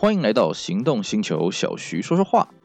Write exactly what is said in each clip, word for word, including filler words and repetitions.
欢迎来到行动星球，小徐说说话。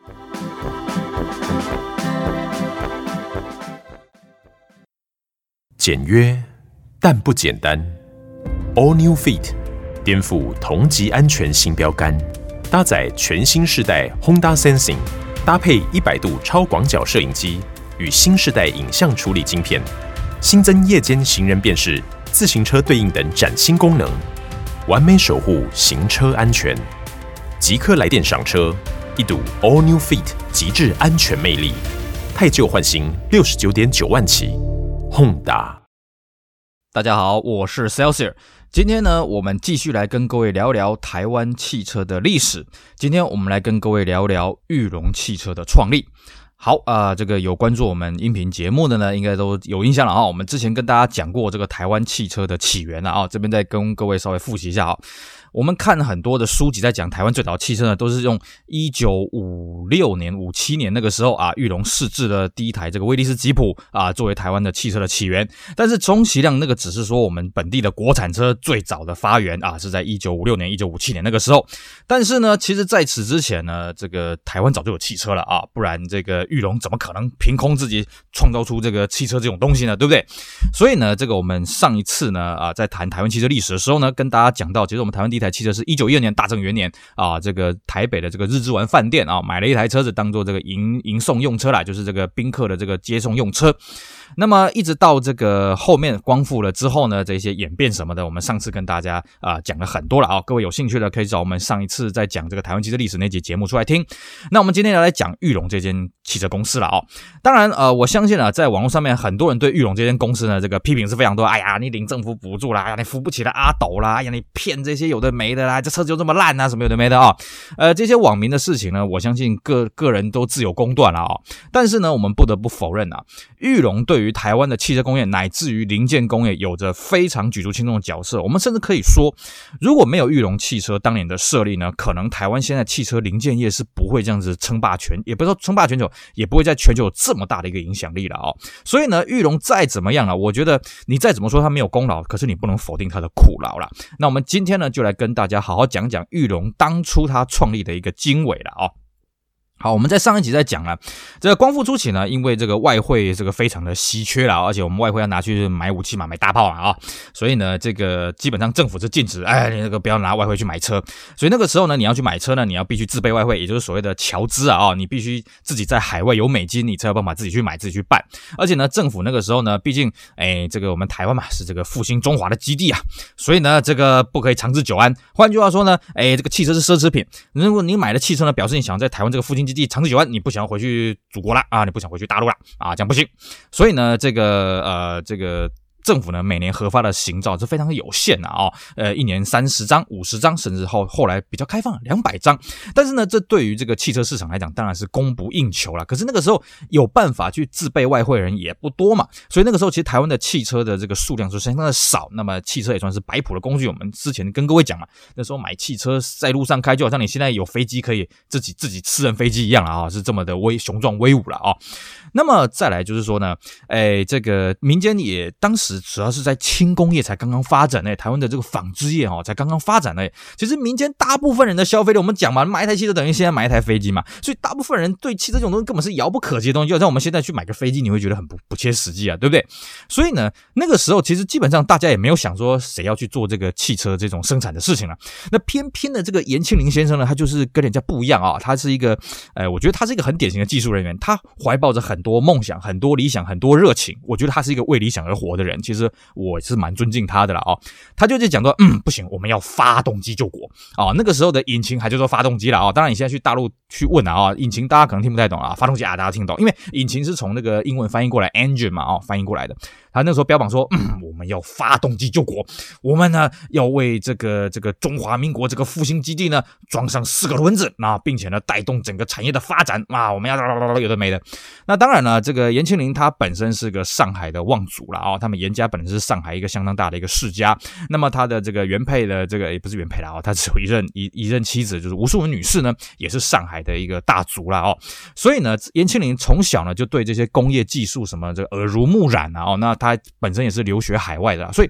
简约但不简单 ，All New Fit 颠覆同级安全新标杆，搭载全新世代 Honda Sensing， 搭配一百度超广角摄影机与新世代影像处理晶片，新增夜间行人辨识、自行车对应等崭新功能，完美守护行车安全。即刻来电赏车，一睹 All New Fit 极致安全魅力，汰旧换新，六十九点九万起。Honda。 大家好，我是 Celsius。今天呢，我们继续来跟各位聊聊台湾汽车的历史。今天我们来跟各位聊聊裕隆汽车的创立。好啊、呃，这个有关注我们音频节目的呢，应该都有印象了啊。我们之前跟大家讲过这个台湾汽车的起源了啊，这边再跟各位稍微复习一下啊。我们看很多的书籍在讲台湾最早的汽车呢，都是用一九五六年、五七年那个时候啊，裕隆试制了第一台这个威利斯吉普啊，作为台湾的汽车的起源。但是充其量那个只是说我们本地的国产车最早的发源啊，是在一九五六年、一九五七年那个时候。但是呢，其实在此之前呢，这个台湾早就有汽车了啊，不然这个裕隆怎么可能凭空自己创造出这个汽车这种东西呢？对不对？所以呢，这个我们上一次呢啊，在谈台湾汽车历史的时候呢，跟大家讲到，其实我们台湾第一台汽车是一九一二年大正元年啊，这个台北的这个日之丸饭店啊，买了一台车子当做这个迎迎送用车啦，就是这个宾客的这个接送用车。那么一直到这个后面光复了之后呢，这些演变什么的，我们上次跟大家啊、呃、讲了很多了啊，各位有兴趣的可以找我们上一次在讲这个台湾汽车历史那集节目出来听。那我们今天要来讲裕隆这间汽车公司了啊、哦。当然呃，我相信啊，在网络上面很多人对裕隆这间公司呢，这个批评是非常多。哎呀，你领政府补助啦，哎呀，你扶不起的阿斗啦，哎呀，你骗这些有的没的啦，这车子就这么烂啊，什么有的没的啊、哦。呃，这些网民的事情呢，我相信个个人都自有公断了啊、哦。但是呢，我们不得不否认啊，裕隆对于台湾的汽车工业乃至于零件工业有着非常举足轻重的角色。我们甚至可以说，如果没有裕隆汽车当年的设立呢，可能台湾现在汽车零件业是不会这样子称霸全，也不是说称霸全球，也不会在全球有这么大的一个影响力了哦。所以呢，裕隆再怎么样了，我觉得你再怎么说他没有功劳，可是你不能否定他的苦劳啦。那我们今天呢，就来跟大家好好讲讲裕隆当初他创立的一个经纬了哦。好，我们在上一集在讲了，这个光复初期呢，因为这个外汇这个非常的稀缺啦，而且我们外汇要拿去买武器嘛，买大炮嘛啊，所以呢，这个基本上政府是禁止，哎，你那个不要拿外汇去买车。所以那个时候呢，你要去买车呢，你要必须自备外汇，也就是所谓的侨资啊，你必须自己在海外有美金，你才有办法自己去买，自己去办。而且呢，政府那个时候呢，毕竟，哎，这个我们台湾嘛是这个复兴中华的基地啊，所以呢，这个不可以长治久安。换句话说呢，哎，这个汽车是奢侈品，如果你买了汽车呢，表示你想在台湾这个复兴基地长治久安，你不想回去祖国啦啊，你不想回去大陆啦啊，这样不行。所以呢，这个呃，这个政府呢每年核发的行照是非常有限的啊、哦，呃，一年三十张、五十张，甚至后后来比较开放两百张。但是呢，这对于这个汽车市场来讲，当然是供不应求了。可是那个时候有办法去自备外汇的人也不多嘛，所以那个时候其实台湾的汽车的这个数量是相当的少。那么汽车也算是摆谱的工具。我们之前跟各位讲嘛，那时候买汽车在路上开，就好像你现在有飞机可以自己自己私人飞机一样了啊，是这么的威雄壮威武了啊。那么再来就是说呢，哎，这个民间也当时主要是在轻工业才刚刚发展呢，台湾的这个纺织业哦才刚刚发展呢。其实民间大部分人的消费力，我们讲嘛，买一台汽车等于现在买一台飞机嘛，所以大部分人对汽车这种东西根本是遥不可及的东西。就好像我们现在去买个飞机，你会觉得很不不切实际啊，对不对？所以呢，那个时候其实基本上大家也没有想说谁要去做这个汽车这种生产的事情了。那偏偏的这个严庆林先生呢，他就是跟人家不一样啊，他是一个，呃，我觉得他是一个很典型的技术人员，他怀抱着很多梦想、很多理想、很多热情。我觉得他是一个为理想而活的人。其实我是蛮尊敬他的啦哦，他就在讲说，嗯，不行，我们要发动机救国哦。那个时候的引擎还就说发动机啦哦，当然你现在去大陆去问啊哦，引擎大家可能听不太懂啊，发动机啊大家听懂，因为引擎是从那个英文翻译过来 engine 嘛哦，翻译过来的。他那时候标榜说，嗯，我们要发动机救国，我们呢要为这个这个中华民国这个复兴基地呢装上四个轮子啊，并且呢带动整个产业的发展啊，我们要有的没的。那当然了，这个严庆林他本身是个上海的望族啦哦，他们严家本身是上海一个相当大的一个世家。那么他的这个原配的这个也不是原配啦哦，他只有一任一一任妻子，就是吴淑文女士呢，也是上海的一个大族啦哦。所以呢，严庆林从小呢就对这些工业技术什么这个耳濡目染啊哦，那他本身也是留学海外的啦，所以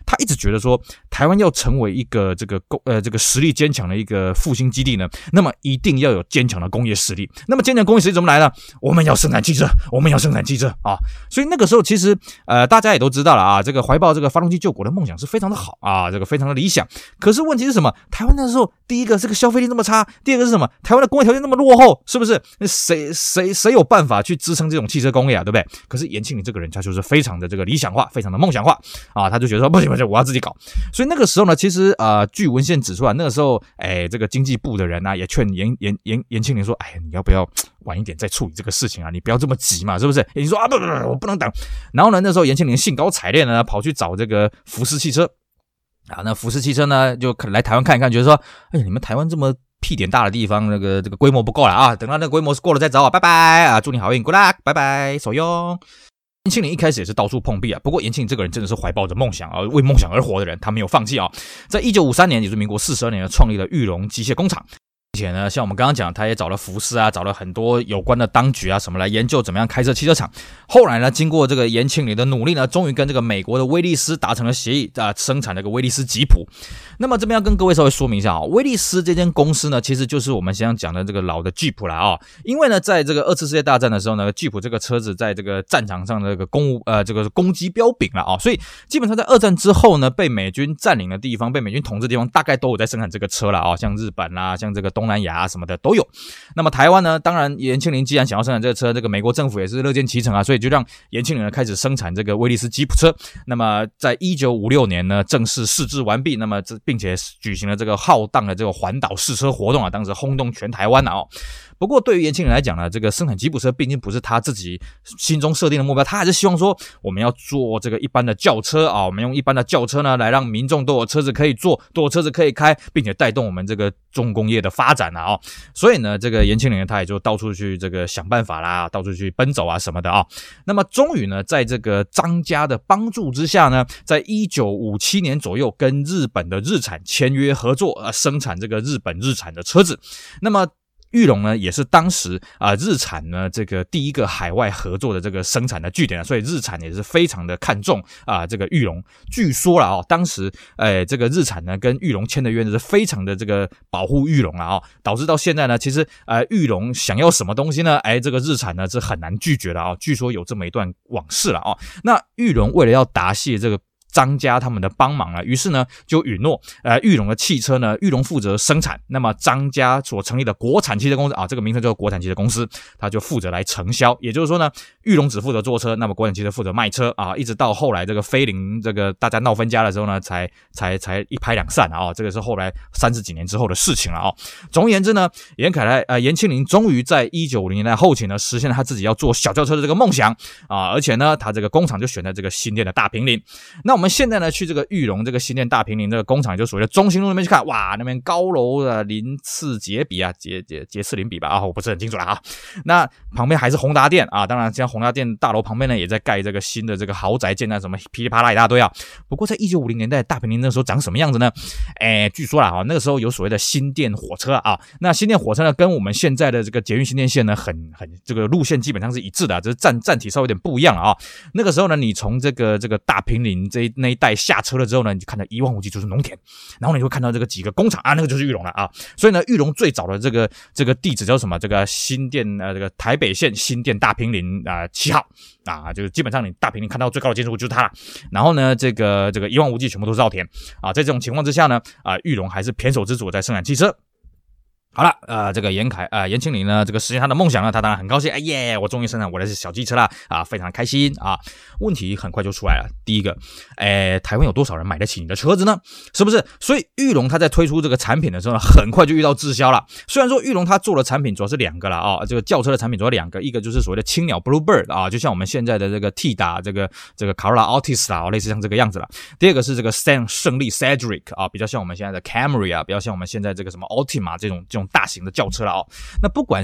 他一直觉得说，台湾要成为一个这个呃这个实力坚强的一个复兴基地呢，那么一定要有坚强的工业实力。那么坚强工业实力怎么来呢？我们要生产汽车，我们要生产汽车啊！所以那个时候其实呃大家也都知道了啊，这个怀抱这个发动机救国的梦想是非常的好啊，这个非常的理想。可是问题是什么？台湾那时候第一个这个消费力那么差，第二个是什么？台湾的工业条件那么落后，是不是？谁谁谁有办法去支撑这种汽车工业啊？对不对？可是严庆林这个人他就是非常的这个理想化，非常的梦想化啊，他就觉得说不行不行，我要自己搞。所以那个时候呢，其实呃据文献指出啊，那个时候哎这个经济部的人啊也劝严严严严庆林说，哎你要不要晚一点再处理这个事情啊？你不要这么急嘛，是不是？你说啊不不不，我不能等。然后呢，那时候严庆林兴高采烈的呢跑去找这个福斯汽车啊，那福斯汽车呢就来台湾看一看，觉得说，哎呀你们台湾这么屁点大的地方，那个这个规模不够了啊，等到那个规模过了再找我，拜拜啊，祝你好运 ，good luck， 拜拜，手用。严庆林一开始也是到处碰壁啊，不过严庆林这个人真的是怀抱着梦想啊，为梦想而活的人，他没有放弃啊。在一九五三年，也就是民国四十二年，创立了裕隆机械工厂。并且呢，像我们刚刚讲，他也找了福斯啊，找了很多有关的当局啊什么来研究怎么样开设汽车厂。后来呢，经过这个严庆林的努力呢，终于跟这个美国的威利斯达成了协议啊，生产了个威利斯吉普。那么这边要跟各位稍微说明一下啊，威利斯这间公司呢，其实就是我们现在讲的这个老的吉普啦啊。因为呢，在这个二次世界大战的时候呢，吉普这个车子在这个战场上的这个攻呃这个攻击标炳了啊，所以基本上在二战之后呢，被美军占领的地方，被美军统治的地方，大概都有在生产这个车了啊，像日本啦，像这个东南亚啊什么的都有。那么台湾呢，当然严庆林既然想要生产这个车，这个美国政府也是乐见其成啊，所以就让严庆林呢开始生产这个威利斯吉普车。那么在一九五六年呢，正式试制完毕，那么这并且举行了这个浩荡的这个环岛试车活动啊，当时轰动全台湾啊哦。不过对于严庆林来讲呢，这个生产吉普车毕竟不是他自己心中设定的目标，他还是希望说我们要做这个一般的轿车啊，我们用一般的轿车呢来让民众都有车子可以坐，都有车子可以开，并且带动我们这个重工业的发展啊哦。所以呢，这个严庆林他也就到处去这个想办法啦，到处去奔走啊什么的啊。那么终于呢，在这个张家的帮助之下呢，在一九五七年左右跟日本的日产签约合作，呃，生产这个日本日产的车子。那么裕隆呢，也是当时啊、呃、日产呢这个第一个海外合作的这个生产的据点啊，所以日产也是非常的看重啊、呃、这个裕隆。据说了哦，当时呃这个日产呢跟裕隆签的约呢是非常的这个保护裕隆啊哦，导致到现在呢，其实呃裕隆想要什么东西呢，哎这个日产呢是很难拒绝的啊、哦。据说有这么一段往事了啊、哦。那裕隆为了要答谢这个张家他们的帮忙了，于是呢就允诺，呃，裕隆的汽车呢，裕隆负责生产，那么张家所成立的国产汽车公司啊，这个名称叫做国产汽车公司，他就负责来承销。也就是说呢，裕隆只负责做车，那么国产汽车负责卖车啊，一直到后来这个菲林这个大家闹分家的时候呢，才才才一拍两散啊，这个是后来三十几年之后的事情了啊。总而言之呢，严凯来呃严庆林终于在一九五零年代后期呢，实现了他自己要做小轿车的这个梦想啊，而且呢，他这个工厂就选在这个新店的大坪林。那我们现在呢去这个裕隆这个新店大坪林这个工厂，就所谓的中兴路那边去看，哇，那边高楼的鳞次栉比啊，节节节次邻比吧啊，我不是很清楚了啊。那旁边还是宏达电啊，当然像宏达电大楼旁边呢也在盖这个新的这个豪宅建啊，什么噼里啪啦一大堆啊。不过在一九五零年代大坪林那时候长什么样子呢？哎，据说啦啊，那个时候有所谓的新店火车啊，那新店火车呢跟我们现在的这个捷运新店线呢很很这个路线基本上是一致的、啊，只是站站体稍微有点不一样了啊。那个时候呢，你从这个这个大坪林这一那一带下车了之后呢，你就看到一望无际就是农田，然后你会看到这个几个工厂啊，那个就是裕隆了啊。所以呢，裕隆最早的这个这个地址叫什么？这个新店呃，这个台北县新店大坪林啊七号啊，就是基本上你大坪林看到最高的建筑物就是它了。然后呢，这个这个一望无际全部都是稻田啊。在这种情况之下呢，啊，裕隆还是胼手胝足在生产汽车。好了，呃，这个严凯，呃，严庆林呢，这个实现他的梦想呢，他当然很高兴，哎耶，我终于生产我的小机车啦，啊，非常开心啊。问题很快就出来了，第一个，哎，台湾有多少人买得起你的车子呢？是不是？所以裕隆他在推出这个产品的时候呢，很快就遇到滞销了。虽然说裕隆他做的产品主要是两个啦，啊，这个轿车的产品主要两个，一个就是所谓的青鸟 Bluebird 啊，就像我们现在的这个 T 打这个这个 Corolla Altis 啦，类似像这个样子啦。第二个是这个胜胜利 Cedric 啊，比较像我们现在的 Camry 啊，比较像我们现在这个什么 Altima 这种这种大型的轿车了哦。那不管是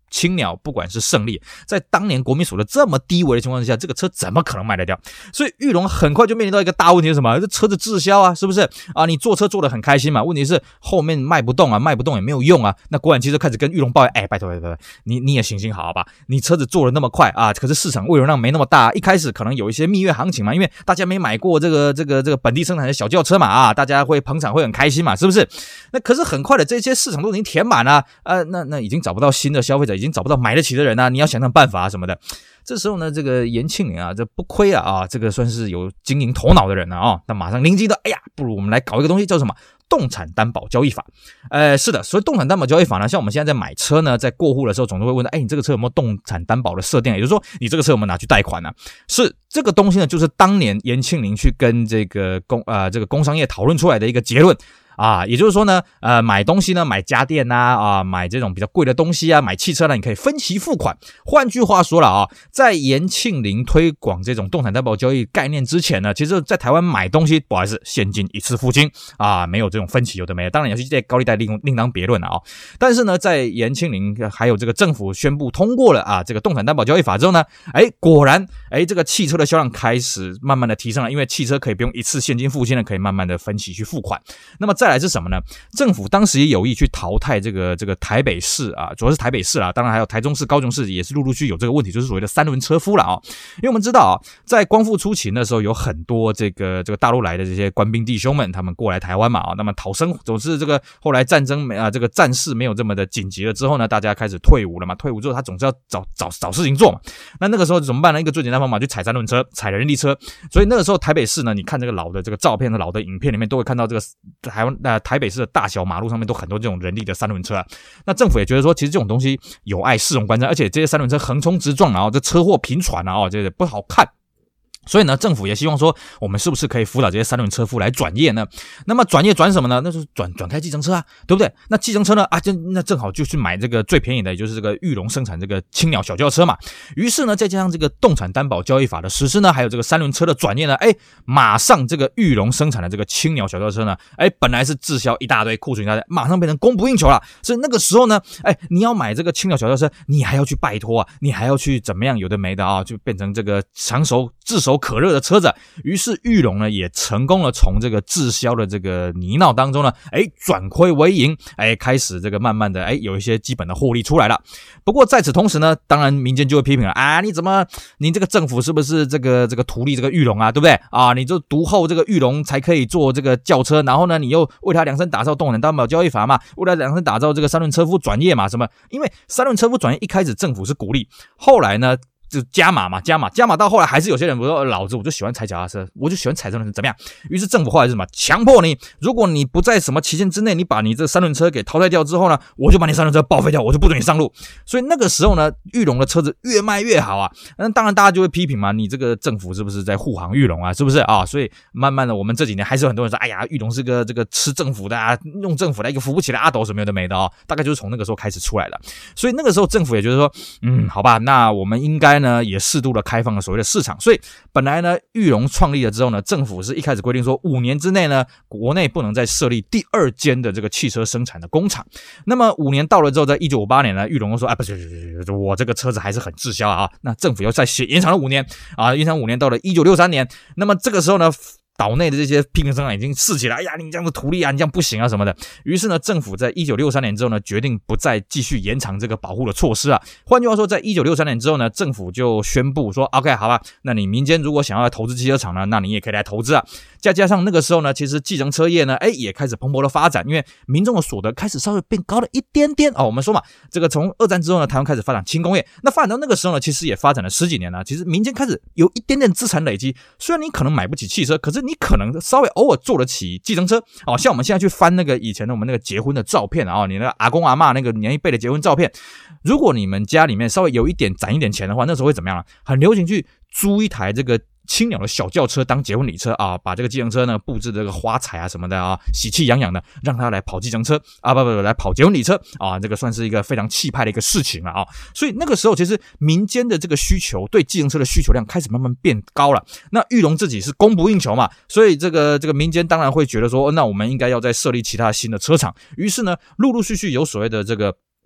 青鸟不管是胜利，在当年国民所得这么低微的情况之下，这个车怎么可能卖得掉？所以裕隆很快就面临到一个大问题是什么？这车子滞销啊，是不是啊？你坐车坐得很开心嘛，问题是后面卖不动啊，卖不动也没有用啊。那国产汽车开始跟裕隆抱怨，哎，拜托拜托，你你也行行好好吧，你车子做得那么快啊，可是市场胃容量没那么大，一开始可能有一些蜜月行情嘛，因为大家没买过这个这个这个本地生产的小轿车嘛啊，大家会捧场会很开心嘛，是不是？那可是很快的这些市场都已经填满了，呃，那那已经找不到新的消费者，已经找不到买得起的人啊，你要想想办法啊什么的。这时候呢，这个严庆龄啊，这不亏啊啊，这个算是有经营头脑的人了啊，那马上灵机的，哎呀，不如我们来搞一个东西叫什么？动产担保交易法。呃，是的，所以动产担保交易法呢，像我们现在在买车呢，在过户的时候，总是会问哎，你这个车有没有动产担保的设定？也就是说，你这个车有没有拿去贷款呢、啊？是这个东西呢，就是当年严庆龄去跟这个工呃这个工商业讨论出来的一个结论。啊，也就是说呢，呃，买东西呢，买家电呐、啊，啊，买这种比较贵的东西啊，买汽车呢，你可以分期付款。换句话说了啊，在严庆龄推广这种动产担保交易概念之前呢，其实在台湾买东西，不好意思，现金一次付清啊，没有这种分期有的没的。当然，有些高利贷另另当别论了啊。但是呢，在严庆龄还有这个政府宣布通过了啊这个动产担保交易法之后呢，哎，果然，哎，这个汽车的销量开始慢慢的提升了，因为汽车可以不用一次现金付清了，可以慢慢的分期去付款。那么再来是什么呢？政府当时也有意去淘汰这个这个台北市啊，主要是台北市啊，当然还有台中市、高雄市也是陆陆续续有这个问题，就是所谓的三轮车夫了啊。因为我们知道啊，在光复初期的时候，有很多这个这个大陆来的这些官兵弟兄们，他们过来台湾嘛啊，那么讨生总是这个后来战争没啊，这个战事没有这么的紧急了之后呢，大家开始退伍了嘛，退伍之后他总是要找找找事情做嘛。那那个时候怎么办呢？一个最简单的方法就踩三轮车，踩人力车。所以那个时候台北市呢，你看这个老的这个照片和老的影片里面，都会看到这个台湾呃台北市的大小马路上面都很多这种人力的三轮车啊。那政府也觉得说，其实这种东西有碍市容观瞻，而且这些三轮车横冲直撞啊，这车祸频传啊，哦，这个不好看。所以呢，政府也希望说，我们是不是可以辅导这些三轮车夫来转业呢？那么转业转什么呢？那就是转转开计程车啊，对不对？那计程车呢？啊，就那正好就去买这个最便宜的，也就是这个裕隆生产这个青鸟小轿车嘛。于是呢，再加上这个动产担保交易法的实施呢，还有这个三轮车的转业呢，哎，马上这个裕隆生产的这个青鸟小轿车呢，哎，本来是滞销一大堆，库存一大堆，马上变成供不应求了。所以那个时候呢，哎，你要买这个青鸟小轿车，你还要去拜托啊，你还要去怎么样？有的没的啊，就变成这个长手炙手可热的车子。于是裕隆呢也成功了从这个滞销的这个泥淖当中呢，哎，转亏为盈，哎，开始这个慢慢的哎有一些基本的获利出来了。不过在此同时呢，当然民间就会批评了啊，你怎么你这个政府是不是这个这个图利这个裕隆啊，对不对啊？你就独厚这个裕隆才可以做这个轿车，然后呢你又为他量身打造动产担保交易法嘛，为他量身打造这个三轮车夫转业嘛，什么？因为三轮车夫转业一开始政府是鼓励，后来呢就加码嘛，加码，加码到后来还是有些人不说，老子我就喜欢踩脚踏车，我就喜欢踩三轮车，怎么样？于是政府后来是什么？强迫你，如果你不在什么期限之内，你把你这三轮车给淘汰掉之后呢，我就把你三轮车报废掉，我就不准你上路。所以那个时候呢，裕隆的车子越卖越好啊。那当然大家就会批评嘛，你这个政府是不是在护航裕隆啊？是不是啊？所以慢慢的，我们这几年还是有很多人说，哎呀，裕隆是个这个吃政府的啊，用政府的一个扶不起的阿斗什么的没的哦。大概就是从那个时候开始出来的。所以那个时候政府也觉得说，嗯，好吧，那我们应该呢也适度的开放了所谓的市场。所以本来呢，裕隆创立了之后呢，政府是一开始规定说，五年之内呢，国内不能再设立第二间的这个汽车生产的工厂。那么五年到了之后，在一九五八年呢，裕隆说，啊，不是，我这个车子还是很滞销啊。那政府又再延长了五年啊，延长五年到了一九六三年。那么这个时候呢，岛内的这些批评声浪已经士起来，哎呀，你这样的图利啊，你这样不行啊什么的。于是呢，政府在一九六三年之后呢，决定不再继续延长这个保护的措施啊。换句话说，在一九六三年之后呢，政府就宣布说 ，OK， 好吧，那你民间如果想要来投资汽车厂呢，那你也可以来投资啊。再加上那个时候呢，其实计程车业呢，哎，也开始蓬勃的发展，因为民众的所得开始稍微变高了一点点哦。我们说嘛，这个从二战之后呢，台湾开始发展轻工业，那发展到那个时候呢，其实也发展了十几年了。其实民间开始有一点点资产累积，虽然你可能买不起汽车，可是你可能稍微偶尔坐得起计程车哦。像我们现在去翻那个以前的我们那个结婚的照片啊，你那个阿公阿嬷那个年一辈的结婚照片，如果你们家里面稍微有一点攒一点钱的话，那时候会怎么样啊？很流行去租一台这个青鸟的小轿车当结婚礼车啊，把这个计程车呢布置这个花彩啊什么的啊，喜气洋洋的，让他来跑计程车啊，不不不，来跑结婚礼车啊，这个算是一个非常气派的一个事情了啊。所以那个时候其实民间的这个需求对计程车的需求量开始慢慢变高了。那裕隆自己是供不应求嘛，所以这个这个民间当然会觉得说，哦，那我们应该要再设立其他新的车厂。于是呢，陆陆续续有所谓的这个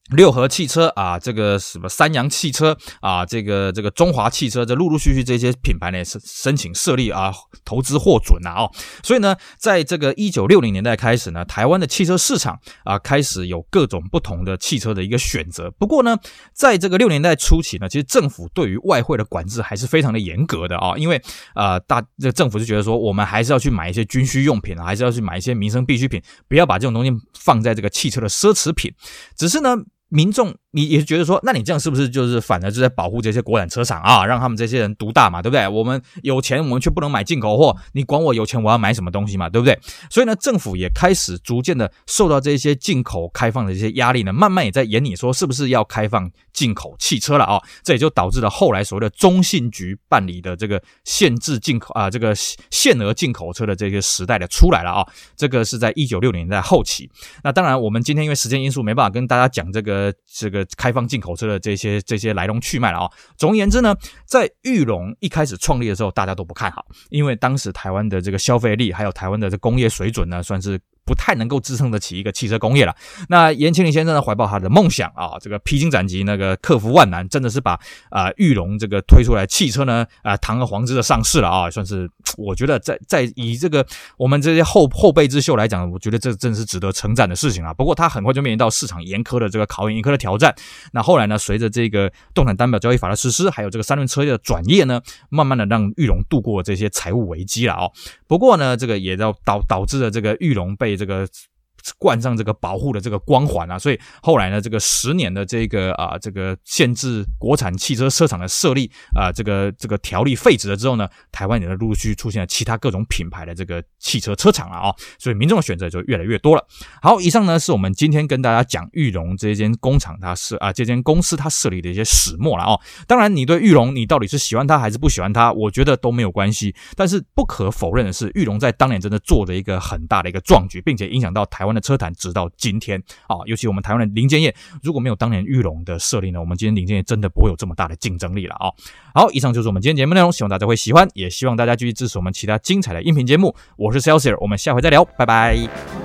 六合汽车啊，这个什么三洋汽车啊，这个这个中华汽车，这陆陆续续这些品牌呢申申请设立啊，投资获准啊哦，所以呢，在这个一九六零年代开始呢，台湾的汽车市场啊开始有各种不同的汽车的一个选择。不过呢，在这个六零年代初期呢，其实政府对于外汇的管制还是非常的严格的啊，因为呃大这个政府就觉得说，我们还是要去买一些军需用品，还是要去买一些民生必需品，不要把这种东西放在这个汽车的奢侈品。只是呢，民众你也觉得说，那你这样是不是就是反而就在保护这些国产车厂啊，让他们这些人独大嘛，对不对？我们有钱，我们却不能买进口货，你管我有钱我要买什么东西嘛，对不对？所以呢，政府也开始逐渐的受到这些进口开放的这些压力呢，慢慢也在研拟说是不是要开放进口汽车了啊？这也就导致了后来所谓的中信局办理的这个限制进口啊，这个限额进口车的这个时代的出来了啊。这个是在一九六零年代后期。那当然，我们今天因为时间因素没办法跟大家讲这个这个开放进口车的这些这些来龙去脉了啊。总而言之呢，在裕隆一开始创立的时候，大家都不看好，因为当时台湾的这个消费力还有台湾的这工业水准呢，算是不太能够支撑得起一个汽车工业了。那严清林先生呢，怀抱他的梦想啊，这个披荆斩棘，那个克服万难，真的是把啊裕隆这个推出来汽车呢啊堂而皇之的上市了啊，算是我觉得在在以这个我们这些后后辈之秀来讲，我觉得这真的是值得称赞的事情啊。不过他很快就面临到市场严苛的这个考验、严苛的挑战。那后来呢，随着这个动产担保交易法的实施，还有这个三轮车的转业呢，慢慢的让裕隆度过这些财务危机了哦。不过呢，这个也导导导致了这个裕隆被这个冠上这个保护的这个光环啊，所以后来呢，这个十年的这个啊这个限制国产汽车车厂的设立啊，这个这个条例废止了之后呢，台湾也陆陆续续出现了其他各种品牌的这个汽车车厂了啊、哦，所以民众的选择就越来越多了。好，以上呢是我们今天跟大家讲裕隆这间工厂它设啊这间公司它设立的一些始末了哦。当然，你对裕隆你到底是喜欢它还是不喜欢它，我觉得都没有关系。但是不可否认的是，裕隆在当年真的做了一个很大的一个壮举，并且影响到台湾的车坛直到今天啊，尤其我们台湾的零件业，如果没有当年裕隆的设立呢，我们今天零件业真的不会有这么大的竞争力了啊。好，以上就是我们今天节目内容，希望大家会喜欢，也希望大家继续支持我们其他精彩的音频节目。我是 Celsius， 我们下回再聊，拜拜。